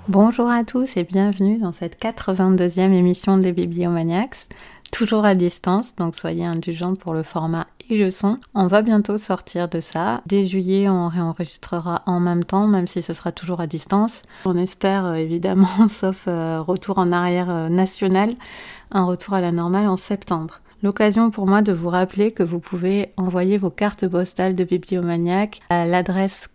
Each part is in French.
Bonjour à tous et bienvenue dans cette 82e émission des Bibliomaniacs, toujours à distance, donc soyez indulgents pour le format et le son. On va bientôt sortir de ça. Dès juillet, on réenregistrera en même temps, même si ce sera toujours à distance. On espère évidemment, sauf retour en arrière national, un retour à la normale en septembre. L'occasion pour moi de vous rappeler que vous pouvez envoyer vos cartes postales de Bibliomaniac à l'adresse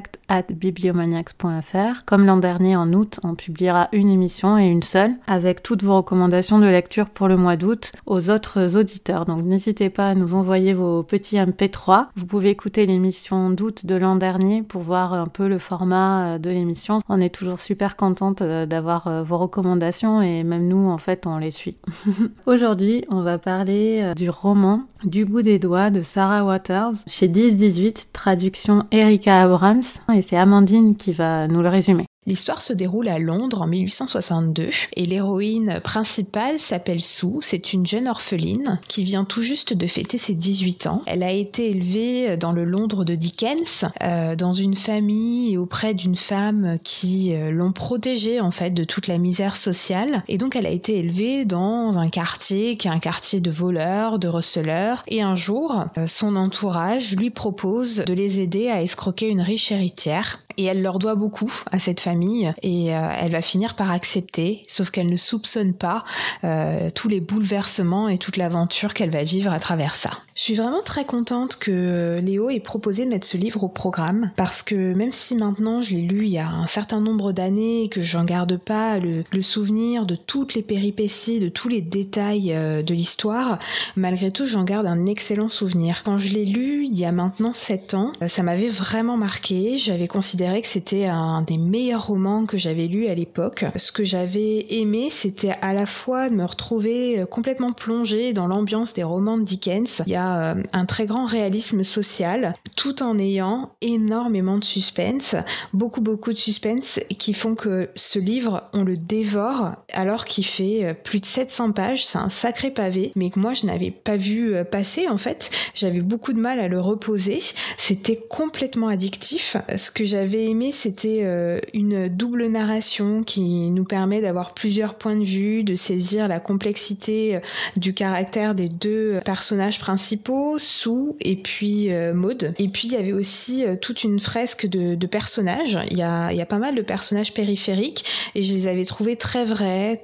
contact@bibliomaniacs.fr. Comme l'an dernier, en août, on publiera une émission et une seule, avec toutes vos recommandations de lecture pour le mois d'août aux autres auditeurs. Donc n'hésitez pas à nous envoyer vos petits MP3. Vous pouvez écouter l'émission d'août de l'an dernier pour voir un peu le format de l'émission. On est toujours super contente d'avoir vos recommandations et même nous, en fait, on les suit. Aujourd'hui, on va parler du roman Du bout des doigts de Sarah Waters chez 10-18, traduction Erika Abrams, et c'est Amandine qui va nous le résumer. L'histoire se déroule à Londres en 1862 et l'héroïne principale s'appelle Sue. C'est une jeune orpheline qui vient tout juste de fêter ses 18 ans. Elle a été élevée dans le Londres de Dickens, dans une famille et auprès d'une femme qui l'ont protégée en fait de toute la misère sociale. Et donc elle a été élevée dans un quartier qui est un quartier de voleurs, de receleurs. Et un jour, son entourage lui propose de les aider à escroquer une riche héritière. Et elle leur doit beaucoup à cette famille et elle va finir par accepter, sauf qu'elle ne soupçonne pas tous les bouleversements et toute l'aventure qu'elle va vivre à travers ça. Je suis vraiment très contente que Léo ait proposé de mettre ce livre au programme parce que même si maintenant je l'ai lu il y a un certain nombre d'années et que j'en garde pas le souvenir de toutes les péripéties, de tous les détails de l'histoire, malgré tout j'en garde un excellent souvenir. Quand je l'ai lu il y a maintenant 7 ans, ça m'avait vraiment marqué. J'avais considéré que c'était un des meilleurs romans que j'avais lu à l'époque. Ce que j'avais aimé, c'était à la fois de me retrouver complètement plongée dans l'ambiance des romans de Dickens. Il y a un très grand réalisme social, tout en ayant énormément de suspense, beaucoup de suspense qui font que ce livre, on le dévore alors qu'il fait plus de 700 pages. C'est un sacré pavé, mais que moi je n'avais pas vu passer en fait. J'avais beaucoup de mal à le reposer. C'était complètement addictif. Ce que j'avais aimé, c'était une double narration qui nous permet d'avoir plusieurs points de vue, de saisir la complexité du caractère des deux personnages principaux, Sue et puis Maud. Et puis il y avait aussi toute une fresque de personnages. Il y a pas mal de personnages périphériques et je les avais trouvés très vrais,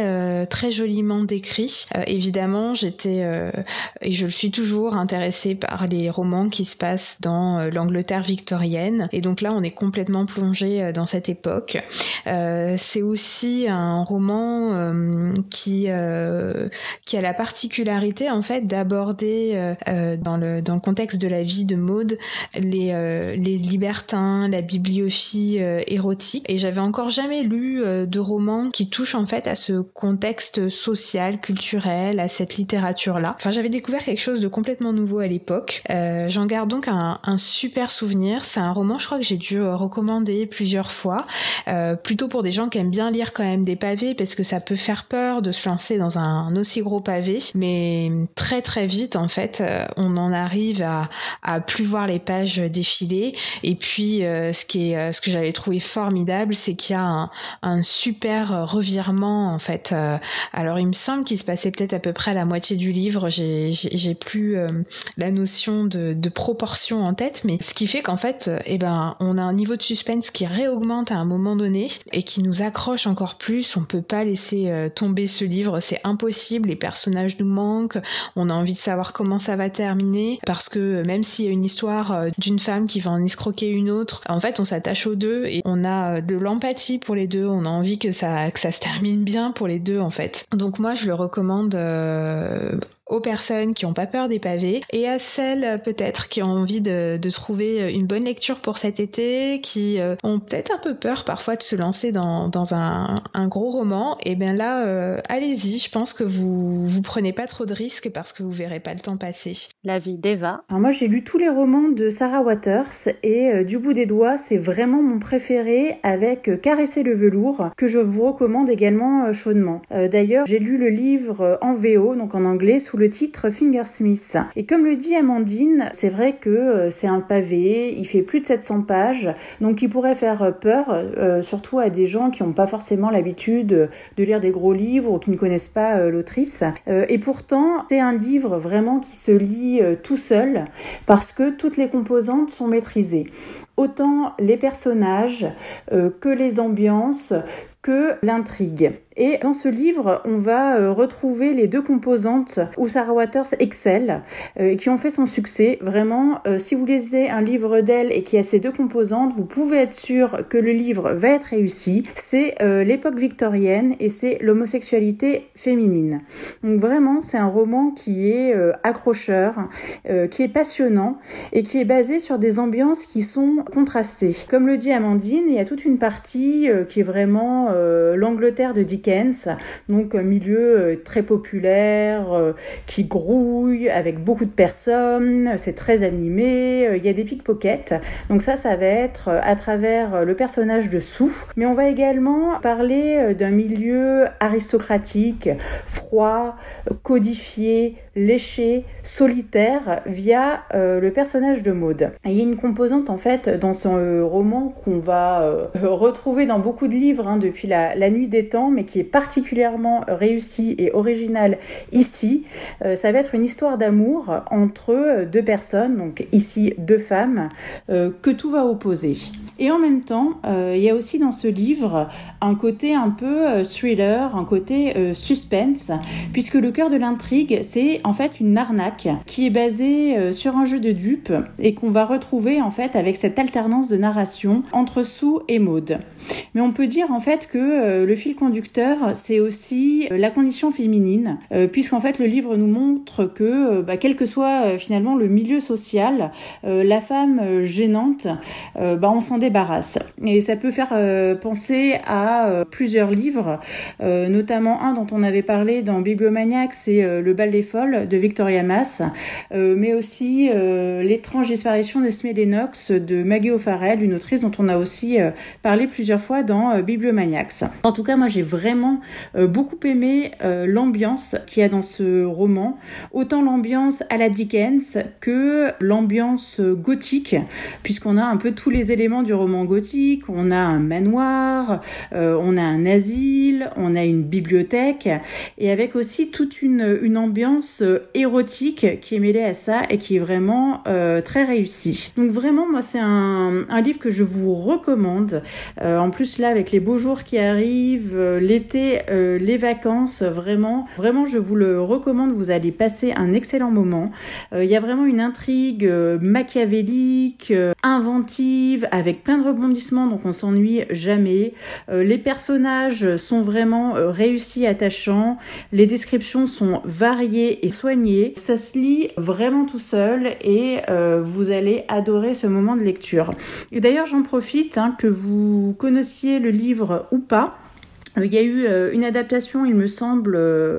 très joliment décrits. Évidemment, j'étais et je le suis toujours intéressée par les romans qui se passent dans l'Angleterre victorienne. Et donc là, on est complètement plongé dans cette époque. C'est aussi un roman qui a la particularité en fait d'aborder dans le contexte de la vie de Maud les libertins, la bibliophilie érotique. Et j'avais encore jamais lu de roman qui touche en fait à ce contexte social, culturel, à cette littérature-là. Enfin, j'avais découvert quelque chose de complètement nouveau à l'époque. J'en garde donc un super souvenir. C'est un roman, je crois que j'ai dû recommander plusieurs fois, plutôt pour des gens qui aiment bien lire quand même des pavés, parce que ça peut faire peur de se lancer dans un aussi gros pavé, mais très très vite en fait, on en arrive à plus voir les pages défiler. Et puis ce que j'avais trouvé formidable, c'est qu'il y a un super revirement en fait. Alors il me semble qu'il se passait peut-être à peu près à la moitié du livre, j'ai plus la notion de proportion en tête, mais ce qui fait qu'en fait on a un niveau de suspense qui réaugmente à un moment donné et qui nous accroche encore plus. On peut pas laisser tomber ce livre, c'est impossible. Les personnages nous manquent, on a envie de savoir comment ça va terminer, parce que même s'il y a une histoire d'une femme qui va en escroquer une autre, en fait on s'attache aux deux et on a de l'empathie pour les deux, on a envie que ça se termine bien pour les deux en fait. Donc moi je le recommande aux personnes qui n'ont pas peur des pavés et à celles peut-être qui ont envie de trouver une bonne lecture pour cet été, qui ont peut-être un peu peur parfois de se lancer dans un gros roman. Et bien là, allez-y, je pense que vous prenez pas trop de risques parce que vous verrez pas le temps passer. La vie d'Eva. Alors moi j'ai lu tous les romans de Sarah Waters et Du bout des doigts c'est vraiment mon préféré, avec Caresser le velours, que je vous recommande également chaudement. D'ailleurs j'ai lu le livre en VO, donc en anglais, sous le le titre Fingersmith. Et comme le dit Amandine, c'est vrai que c'est un pavé, il fait plus de 700 pages, donc il pourrait faire peur, surtout à des gens qui n'ont pas forcément l'habitude de lire des gros livres ou qui ne connaissent pas l'autrice. Et pourtant, c'est un livre vraiment qui se lit tout seul parce que toutes les composantes sont maîtrisées. Autant les personnages que les ambiances, que l'intrigue. Et dans ce livre, on va retrouver les deux composantes où Sarah Waters excelle, qui ont fait son succès. Vraiment, si vous lisez un livre d'elle et qui a ces deux composantes, vous pouvez être sûr que le livre va être réussi. C'est l'époque victorienne et c'est l'homosexualité féminine. Donc vraiment, c'est un roman qui est accrocheur, qui est passionnant et qui est basé sur des ambiances qui sont contrastées. Comme le dit Amandine, il y a toute une partie qui est vraiment l'Angleterre de Dickens, donc un milieu très populaire, qui grouille avec beaucoup de personnes, c'est très animé, il y a des pickpockets, donc ça va être à travers le personnage de Sue, mais on va également parler d'un milieu aristocratique, froid, codifié, léché, solitaire via le personnage de Maud. Et il y a une composante en fait dans ce roman qu'on va retrouver dans beaucoup de livres depuis la nuit des temps, mais qui est particulièrement réussie et originale ici. Ça va être une histoire d'amour entre deux personnes, donc ici deux femmes, que tout va opposer. Et en même temps, il y a aussi dans ce livre un côté un peu thriller, un côté suspense, puisque le cœur de l'intrigue, c'est en fait une arnaque qui est basée sur un jeu de dupes et qu'on va retrouver en fait avec cette alternance de narration entre Sue et Maud. Mais on peut dire en fait que le fil conducteur, c'est aussi la condition féminine, puisqu'en fait le livre nous montre que quel que soit finalement le milieu social, la femme gênante, on s'en débarrasse. Et ça peut faire penser à plusieurs livres, notamment un dont on avait parlé dans Bibliomaniac, c'est Le bal des folles de Victoria Mass, mais aussi L'étrange disparition d'Esmée Lennox de Maggie O'Farrell, une autrice dont on a aussi parlé plusieurs fois dans Bibliomaniacs. En tout cas, moi j'ai vraiment beaucoup aimé l'ambiance qu'il y a dans ce roman, autant l'ambiance à la Dickens que l'ambiance gothique, puisqu'on a un peu tous les éléments du roman gothique. On a un manoir, on a un asile, on a une bibliothèque, et avec aussi toute une ambiance érotique qui est mêlée à ça et qui est vraiment très réussie. Donc vraiment, moi c'est un livre que je vous recommande. En plus là, avec les beaux jours qui arrivent, l'été, les vacances, vraiment je vous le recommande. Vous allez passer un excellent moment. Il y a vraiment une intrigue machiavélique, inventive, avec plein de rebondissements, donc on s'ennuie jamais. Les personnages sont vraiment réussis, attachants. Les descriptions sont variées et soignées. Ça se lit vraiment tout seul et vous allez adorer ce moment de lecture. Et d'ailleurs, j'en profite, que vous connaissiez le livre ou pas. Il y a eu une adaptation, il me semble,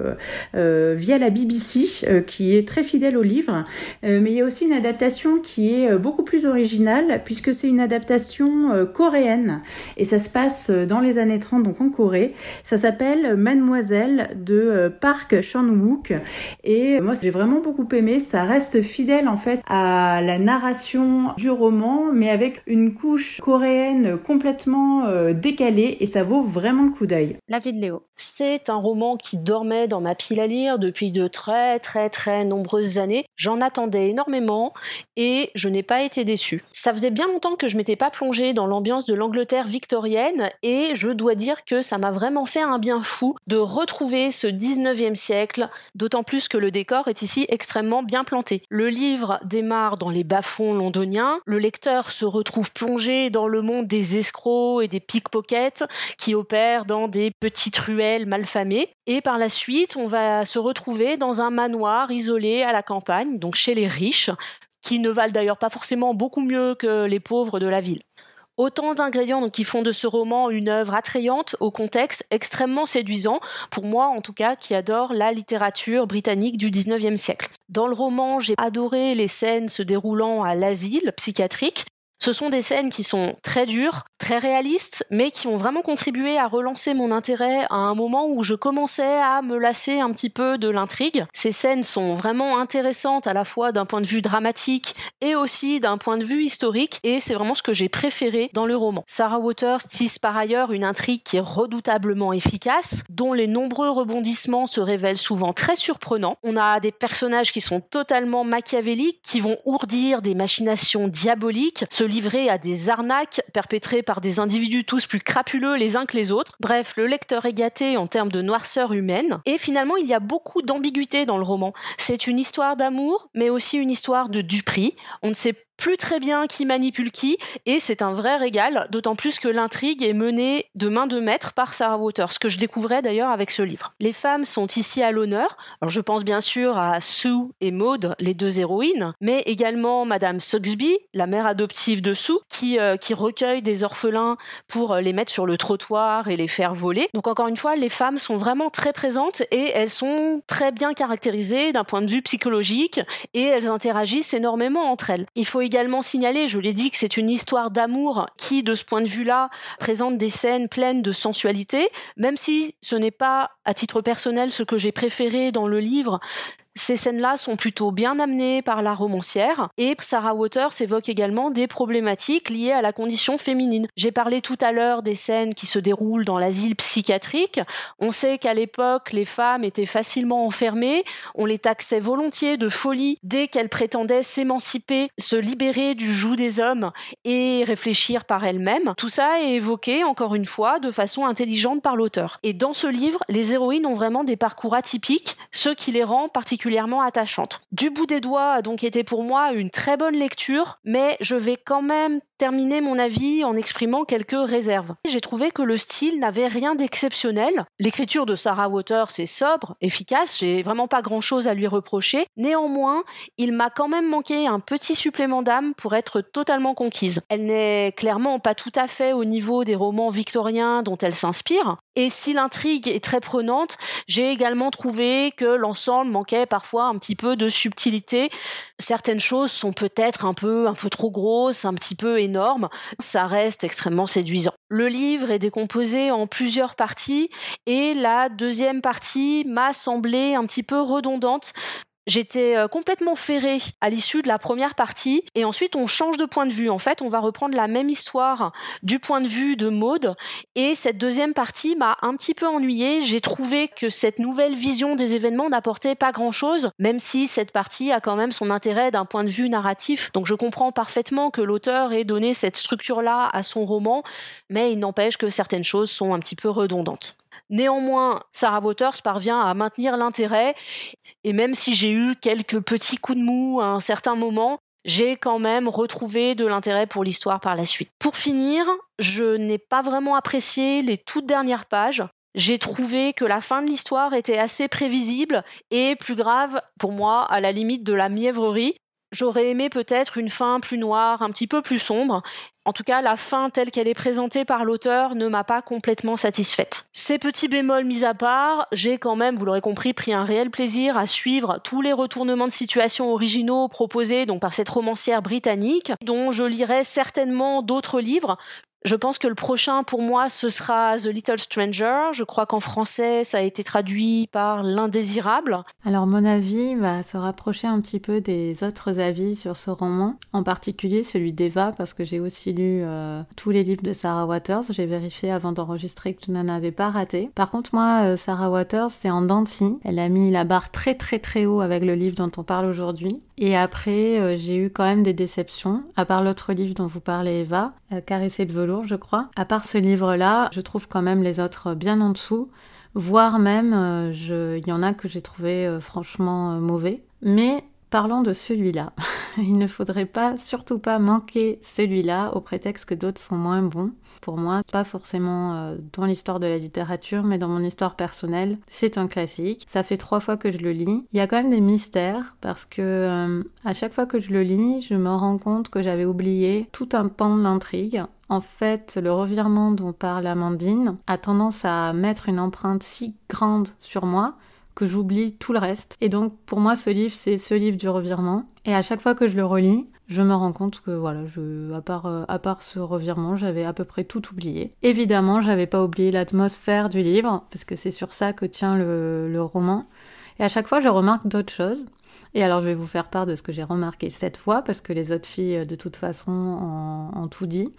via la BBC, qui est très fidèle au livre, mais il y a aussi une adaptation qui est beaucoup plus originale, puisque c'est une adaptation coréenne, et ça se passe dans les années 30, donc en Corée. Ça s'appelle Mademoiselle de Park Chan-wook, et moi j'ai vraiment beaucoup aimé. Ça reste fidèle en fait à la narration du roman, mais avec une couche coréenne complètement décalée, et ça vaut vraiment le coup d'œil. L'avis de Léo. C'est un roman qui dormait dans ma pile à lire depuis de très très très nombreuses années. J'en attendais énormément et je n'ai pas été déçue. Ça faisait bien longtemps que je m'étais pas plongée dans l'ambiance de l'Angleterre victorienne et je dois dire que ça m'a vraiment fait un bien fou de retrouver ce 19e siècle, d'autant plus que le décor est ici extrêmement bien planté. Le livre démarre dans les bas-fonds londoniens, le lecteur se retrouve plongé dans le monde des escrocs et des pickpockets qui opèrent dans des petites ruelles malfamées, et par la suite on va se retrouver dans un manoir isolé à la campagne, donc chez les riches, qui ne valent d'ailleurs pas forcément beaucoup mieux que les pauvres de la ville. Autant d'ingrédients qui font de ce roman une œuvre attrayante au contexte extrêmement séduisant, pour moi en tout cas qui adore la littérature britannique du 19e siècle. Dans le roman, j'ai adoré les scènes se déroulant à l'asile psychiatrique, Ce sont des scènes qui sont très dures, très réalistes, mais qui ont vraiment contribué à relancer mon intérêt à un moment où je commençais à me lasser un petit peu de l'intrigue. Ces scènes sont vraiment intéressantes à la fois d'un point de vue dramatique et aussi d'un point de vue historique, et c'est vraiment ce que j'ai préféré dans le roman. Sarah Waters tisse par ailleurs une intrigue qui est redoutablement efficace, dont les nombreux rebondissements se révèlent souvent très surprenants. On a des personnages qui sont totalement machiavéliques, qui vont ourdir des machinations diaboliques, se livrer à des arnaques perpétrées par des individus tous plus crapuleux les uns que les autres. Bref, le lecteur est gâté en termes de noirceur humaine. Et finalement, il y a beaucoup d'ambiguïté dans le roman. C'est une histoire d'amour, mais aussi une histoire de duperie. On ne sait plus très bien qui manipule qui, et c'est un vrai régal, d'autant plus que l'intrigue est menée de main de maître par Sarah Waters, ce que je découvrais d'ailleurs avec ce livre. Les femmes sont ici à l'honneur. Alors je pense bien sûr à Sue et Maud, les deux héroïnes, mais également Madame Sogsby, la mère adoptive de Sue, qui recueille des orphelins pour les mettre sur le trottoir et les faire voler. Donc encore une fois, les femmes sont vraiment très présentes et elles sont très bien caractérisées d'un point de vue psychologique et elles interagissent énormément entre elles. Il faut également signaler, je l'ai dit, que c'est une histoire d'amour qui, de ce point de vue-là, présente des scènes pleines de sensualité, même si ce n'est pas, à titre personnel, ce que j'ai préféré dans le livre. Ces scènes-là sont plutôt bien amenées par la romancière et Sarah Waters évoque également des problématiques liées à la condition féminine. J'ai parlé tout à l'heure des scènes qui se déroulent dans l'asile psychiatrique. On sait qu'à l'époque, les femmes étaient facilement enfermées, on les taxait volontiers de folie dès qu'elles prétendaient s'émanciper, se libérer du joug des hommes et réfléchir par elles-mêmes. Tout ça est évoqué, encore une fois, de façon intelligente par l'auteur. Et dans ce livre, les héroïnes ont vraiment des parcours atypiques, ce qui les rend particulièrement attachante. Du bout des doigts a donc été pour moi une très bonne lecture, mais je vais quand même terminer mon avis en exprimant quelques réserves. J'ai trouvé que le style n'avait rien d'exceptionnel. L'écriture de Sarah Waters est sobre, efficace, j'ai vraiment pas grand-chose à lui reprocher. Néanmoins, il m'a quand même manqué un petit supplément d'âme pour être totalement conquise. Elle n'est clairement pas tout à fait au niveau des romans victoriens dont elle s'inspire. Et si l'intrigue est très prenante, j'ai également trouvé que l'ensemble manquait parfois un petit peu de subtilité. Certaines choses sont peut-être un peu trop grosses, un petit peu énormes. Ça reste extrêmement séduisant. Le livre est décomposé en plusieurs parties et la deuxième partie m'a semblé un petit peu redondante. J'étais complètement ferrée à l'issue de la première partie et ensuite on change de point de vue. En fait, on va reprendre la même histoire du point de vue de Maud et cette deuxième partie m'a un petit peu ennuyée. J'ai trouvé que cette nouvelle vision des événements n'apportait pas grand-chose, même si cette partie a quand même son intérêt d'un point de vue narratif. Donc je comprends parfaitement que l'auteur ait donné cette structure-là à son roman, mais il n'empêche que certaines choses sont un petit peu redondantes. Néanmoins, Sarah Waters parvient à maintenir l'intérêt et même si j'ai eu quelques petits coups de mou à un certain moment, j'ai quand même retrouvé de l'intérêt pour l'histoire par la suite. Pour finir, je n'ai pas vraiment apprécié les toutes dernières pages. J'ai trouvé que la fin de l'histoire était assez prévisible et plus grave, pour moi, à la limite de la mièvrerie. J'aurais aimé peut-être une fin plus noire, un petit peu plus sombre. En tout cas, la fin telle qu'elle est présentée par l'auteur ne m'a pas complètement satisfaite. Ces petits bémols mis à part, j'ai quand même, vous l'aurez compris, pris un réel plaisir à suivre tous les retournements de situation originaux proposés donc par cette romancière britannique, dont je lirai certainement d'autres livres. Je pense que le prochain pour moi ce sera The Little Stranger. Je crois qu'en français ça a été traduit par L'Indésirable. Alors mon avis va se rapprocher un petit peu des autres avis sur ce roman, en particulier celui d'Eva parce que j'ai aussi lu tous les livres de Sarah Waters. J'ai vérifié avant d'enregistrer que je n'en avais pas raté. Par contre moi Sarah Waters c'est en dents de scie. Elle a mis la barre très très très haut avec le livre dont on parle aujourd'hui. Et après j'ai eu quand même des déceptions, à part l'autre livre dont vous parlez Eva, Caresser le velours je crois. À part ce livre-là, je trouve quand même les autres bien en dessous, voire même, il y en a que j'ai trouvé franchement mauvais. Mais parlons de celui-là. Il ne faudrait surtout pas manquer celui-là au prétexte que d'autres sont moins bons. Pour moi, pas forcément dans l'histoire de la littérature, mais dans mon histoire personnelle. C'est un classique. Ça fait 3 fois que je le lis. Il y a quand même des mystères parce que à chaque fois que je le lis, je me rends compte que j'avais oublié tout un pan de l'intrigue. En fait, le revirement dont parle Amandine a tendance à mettre une empreinte si grande sur moi que j'oublie tout le reste. Et donc, pour moi, ce livre, c'est ce livre du revirement. Et à chaque fois que je le relis, je me rends compte que voilà, à part ce revirement, j'avais à peu près tout oublié. Évidemment, j'avais pas oublié l'atmosphère du livre, parce que c'est sur ça que tient le roman. Et à chaque fois, je remarque d'autres choses. Et alors, je vais vous faire part de ce que j'ai remarqué cette fois, parce que les autres filles, de toute façon, ont tout dit.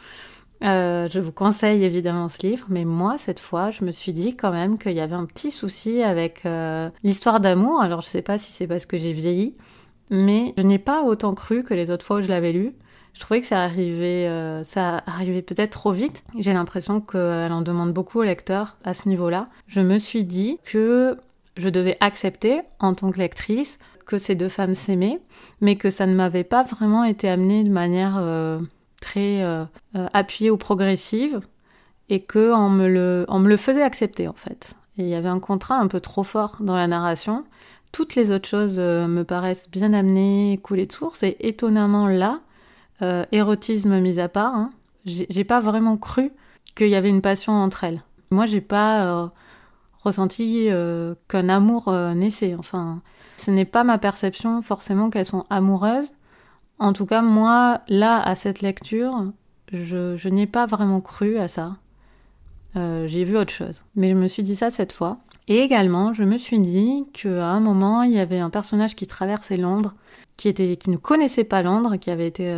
Je vous conseille évidemment ce livre, mais moi, cette fois, je me suis dit quand même qu'il y avait un petit souci avec l'histoire d'amour. Alors, je sais pas si c'est parce que j'ai vieilli, mais je n'ai pas autant cru que les autres fois où je l'avais lu. Je trouvais que ça arrivait peut-être trop vite. J'ai l'impression qu'elle en demande beaucoup au lecteur à ce niveau-là. Je me suis dit que je devais accepter, en tant que lectrice, que ces deux femmes s'aimaient, mais que ça ne m'avait pas vraiment été amené de manière très appuyée ou progressive, et qu'on me le faisait accepter, en fait. Et il y avait un contrat un peu trop fort dans la narration. Toutes les autres choses me paraissent bien amenées, coulées de source, et étonnamment là, érotisme mis à part, hein, j'ai pas vraiment cru qu'il y avait une passion entre elles. Moi, j'ai pas ressenti qu'un amour naissait. Enfin, ce n'est pas ma perception forcément qu'elles sont amoureuses. En tout cas, moi, là, à cette lecture, je n'y ai pas vraiment cru à ça. J'ai vu autre chose. Mais je me suis dit ça cette fois. Et également, je me suis dit qu'à un moment, il y avait un personnage qui traversait Londres, qui ne connaissait pas Londres, qui avait été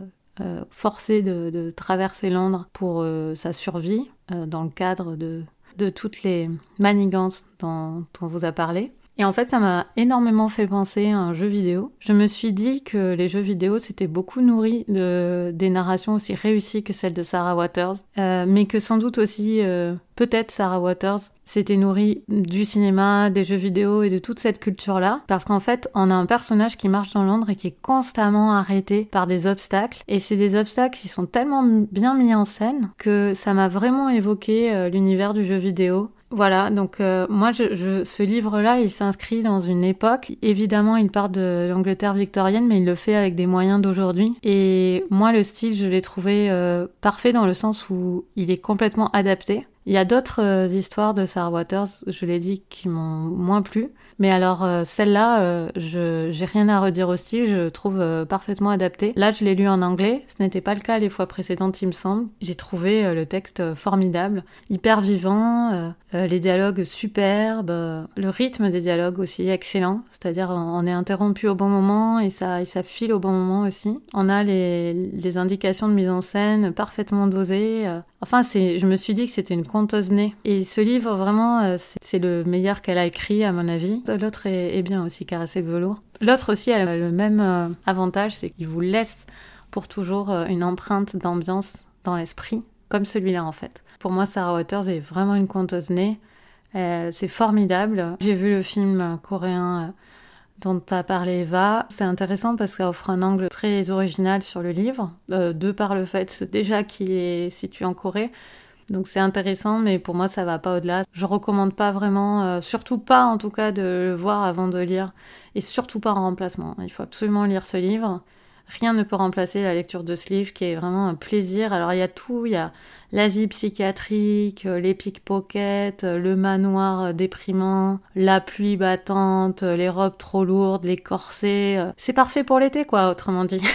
forcé de traverser Londres pour sa survie, dans le cadre de toutes les manigances dont on vous a parlé. Et en fait, ça m'a énormément fait penser à un jeu vidéo. Je me suis dit que les jeux vidéo s'étaient beaucoup nourris des narrations aussi réussies que celles de Sarah Waters, mais que sans doute aussi, peut-être Sarah Waters s'était nourrie du cinéma, des jeux vidéo et de toute cette culture-là, parce qu'en fait, on a un personnage qui marche dans Londres et qui est constamment arrêté par des obstacles, et c'est des obstacles qui sont tellement bien mis en scène que ça m'a vraiment évoqué l'univers du jeu vidéo. Voilà, donc moi, ce livre-là, il s'inscrit dans une époque. Évidemment, il part de l'Angleterre victorienne, mais il le fait avec des moyens d'aujourd'hui. Et moi, le style, je l'ai trouvé parfait dans le sens où il est complètement adapté. Il y a d'autres histoires de Sarah Waters, je l'ai dit, qui m'ont moins plu. Mais alors, celle-là, j'ai rien à redire au style, je trouve parfaitement adapté. Là, je l'ai lu en anglais, ce n'était pas le cas les fois précédentes, il me semble. J'ai trouvé le texte formidable, hyper vivant, les dialogues superbes, le rythme des dialogues aussi excellent, c'est-à-dire on est interrompu au bon moment et ça file au bon moment aussi. On a les indications de mise en scène parfaitement dosées. Enfin, je me suis dit que c'était une conteuse née. Et ce livre, vraiment, c'est le meilleur qu'elle a écrit, à mon avis. L'autre est bien aussi, Caresser le velours. L'autre aussi, elle a le même avantage, c'est qu'il vous laisse pour toujours une empreinte d'ambiance dans l'esprit, comme celui-là en fait. Pour moi, Sarah Waters est vraiment une conteuse née. C'est formidable. J'ai vu le film coréen dont tu as parlé, Eva. C'est intéressant parce que ça offre un angle très original sur le livre, de par le fait déjà qu'il est situé en Corée. Donc c'est intéressant, mais pour moi ça va pas au-delà. Je recommande pas vraiment, surtout pas en tout cas de le voir avant de lire, et surtout pas en remplacement. Il faut absolument lire ce livre. Rien ne peut remplacer la lecture de ce livre qui est vraiment un plaisir. Alors il y a tout, il y a l'asile psychiatrique, les pickpockets, le manoir déprimant, la pluie battante, les robes trop lourdes, les corsets. C'est parfait pour l'été quoi, autrement dit.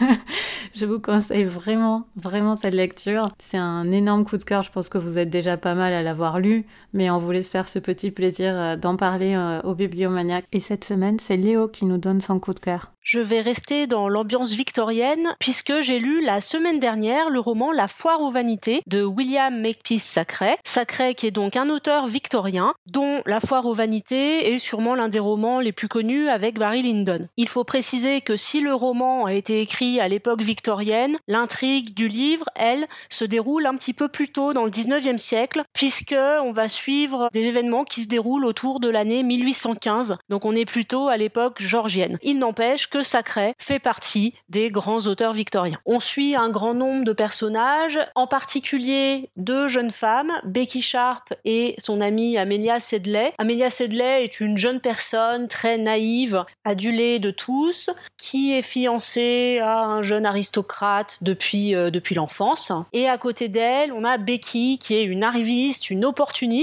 Je vous conseille vraiment, vraiment cette lecture. C'est un énorme coup de cœur, je pense que vous êtes déjà pas mal à l'avoir lu, mais on voulait se faire ce petit plaisir d'en parler au Bibliomaniac. Et cette semaine, c'est Léo qui nous donne son coup de cœur. Je vais rester dans l'ambiance victorienne puisque j'ai lu la semaine dernière le roman La Foire aux Vanités de William Makepeace Thackeray. Thackeray qui est donc un auteur victorien dont La Foire aux Vanités est sûrement l'un des romans les plus connus avec Barry Lyndon. Il faut préciser que si le roman a été écrit à l'époque victorienne, l'intrigue du livre, elle, se déroule un petit peu plus tôt dans le 19e siècle puisque on va suivre des événements qui se déroulent autour de l'année 1815. Donc on est plutôt à l'époque georgienne. Il n'empêche que Thackeray fait partie des grands auteurs victoriens. On suit un grand nombre de personnages, en particulier deux jeunes femmes, Becky Sharp et son amie Amelia Sedley. Amelia Sedley est une jeune personne très naïve, adulée de tous, qui est fiancée à un jeune aristocrate depuis l'enfance. Et à côté d'elle, on a Becky qui est une arriviste, une opportuniste,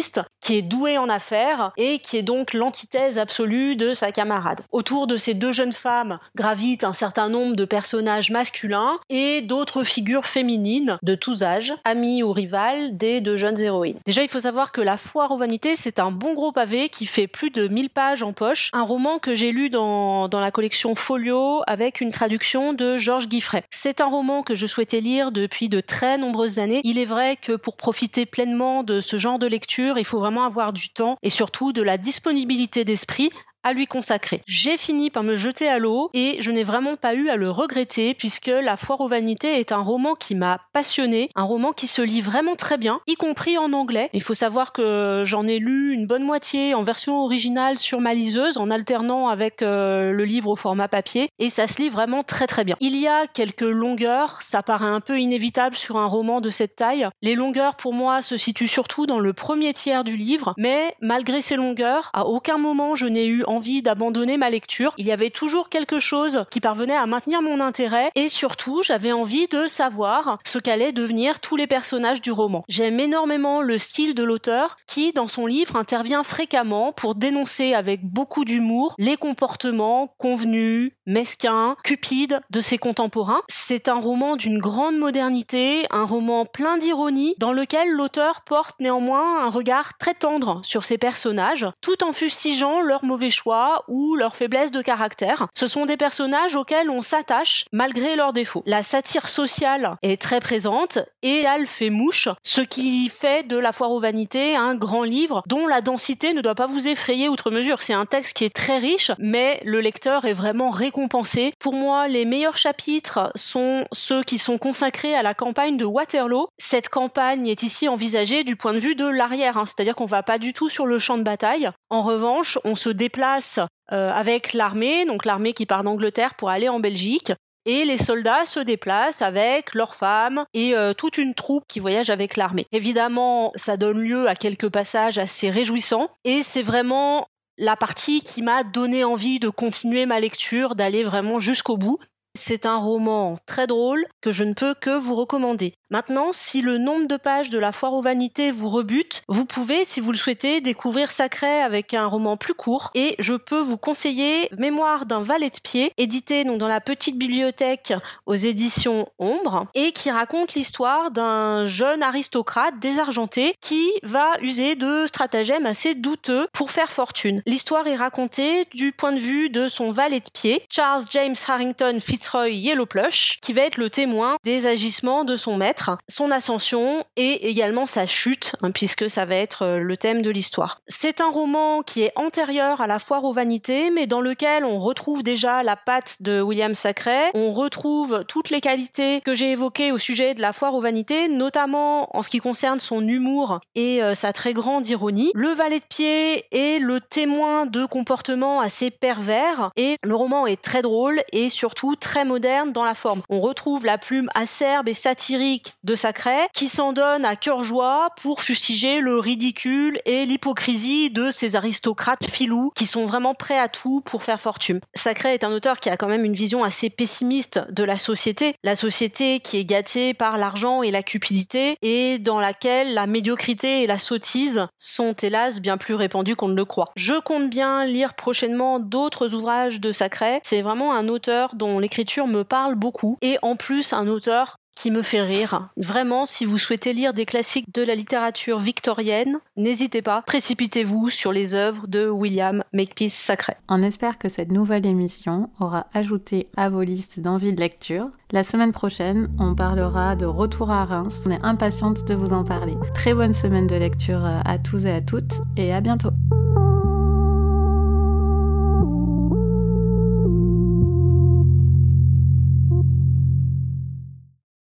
qui est doué en affaires et qui est donc l'antithèse absolue de sa camarade. Autour de ces deux jeunes femmes gravitent un certain nombre de personnages masculins et d'autres figures féminines de tous âges, amies ou rivales des deux jeunes héroïnes. Déjà, il faut savoir que La Foire aux Vanités, c'est un bon gros pavé qui fait plus de 1000 pages en poche, un roman que j'ai lu dans la collection Folio avec une traduction de Georges Guiffret. C'est un roman que je souhaitais lire depuis de très nombreuses années. Il est vrai que pour profiter pleinement de ce genre de lecture, il faut vraiment avoir du temps et surtout de la disponibilité d'esprit à lui consacrer. J'ai fini par me jeter à l'eau et je n'ai vraiment pas eu à le regretter puisque La Foire aux Vanités est un roman qui m'a passionnée, un roman qui se lit vraiment très bien, y compris en anglais. Il faut savoir que j'en ai lu une bonne moitié en version originale sur ma liseuse en alternant avec le livre au format papier et ça se lit vraiment très très bien. Il y a quelques longueurs, ça paraît un peu inévitable sur un roman de cette taille. Les longueurs pour moi se situent surtout dans le premier tiers du livre, mais malgré ces longueurs, à aucun moment je n'ai eu envie d'abandonner ma lecture. Il y avait toujours quelque chose qui parvenait à maintenir mon intérêt et surtout, j'avais envie de savoir ce qu'allaient devenir tous les personnages du roman. J'aime énormément le style de l'auteur qui, dans son livre, intervient fréquemment pour dénoncer avec beaucoup d'humour les comportements convenus, mesquins, cupides de ses contemporains. C'est un roman d'une grande modernité, un roman plein d'ironie dans lequel l'auteur porte néanmoins un regard très tendre sur ses personnages tout en fustigeant leurs mauvais choix ou leur faiblesse de caractère. Ce sont des personnages auxquels on s'attache malgré leurs défauts. La satire sociale est très présente et elle fait mouche, ce qui fait de La Foire aux Vanités un grand livre dont la densité ne doit pas vous effrayer outre mesure. C'est un texte qui est très riche, mais le lecteur est vraiment récompensé. Pour moi, les meilleurs chapitres sont ceux qui sont consacrés à la campagne de Waterloo. Cette campagne est ici envisagée du point de vue de l'arrière, c'est-à-dire qu'on va pas du tout sur le champ de bataille. En revanche, on se déplace avec l'armée, donc l'armée qui part d'Angleterre pour aller en Belgique, et les soldats se déplacent avec leurs femmes et toute une troupe qui voyage avec l'armée. Évidemment, ça donne lieu à quelques passages assez réjouissants, et c'est vraiment la partie qui m'a donné envie de continuer ma lecture, d'aller vraiment jusqu'au bout. C'est un roman très drôle que je ne peux que vous recommander. Maintenant, si le nombre de pages de La Foire aux Vanités vous rebute, vous pouvez, si vous le souhaitez, découvrir Sacré avec un roman plus court. Et je peux vous conseiller Mémoire d'un valet de pied, édité donc dans la petite bibliothèque aux éditions Ombre, et qui raconte l'histoire d'un jeune aristocrate désargenté qui va user de stratagèmes assez douteux pour faire fortune. L'histoire est racontée du point de vue de son valet de pied, Charles James Harrington Fitzroy Yellowplush, qui va être le témoin des agissements de son maître, son ascension et également sa chute, puisque ça va être le thème de l'histoire. C'est un roman qui est antérieur à La Foire aux Vanités, mais dans lequel on retrouve déjà la patte de William Sacré, on retrouve toutes les qualités que j'ai évoquées au sujet de La Foire aux Vanités, notamment en ce qui concerne son humour et sa très grande ironie. Le valet de pied est le témoin de comportements assez pervers, et le roman est très drôle et surtout très moderne dans la forme. On retrouve la plume acerbe et satirique de Sacré qui s'en donne à cœur joie pour fustiger le ridicule et l'hypocrisie de ces aristocrates filous qui sont vraiment prêts à tout pour faire fortune. Sacré est un auteur qui a quand même une vision assez pessimiste de la société qui est gâtée par l'argent et la cupidité et dans laquelle la médiocrité et la sottise sont hélas bien plus répandues qu'on ne le croit. Je compte bien lire prochainement d'autres ouvrages de Sacré. C'est vraiment un auteur dont l'écriture me parle beaucoup et en plus un auteur qui me fait rire. Vraiment, si vous souhaitez lire des classiques de la littérature victorienne, n'hésitez pas, précipitez-vous sur les œuvres de William Makepeace Sacré. On espère que cette nouvelle émission aura ajouté à vos listes d'envie de lecture. La semaine prochaine, on parlera de Retour à Reims. On est impatiente de vous en parler. Très bonne semaine de lecture à tous et à toutes, et à bientôt.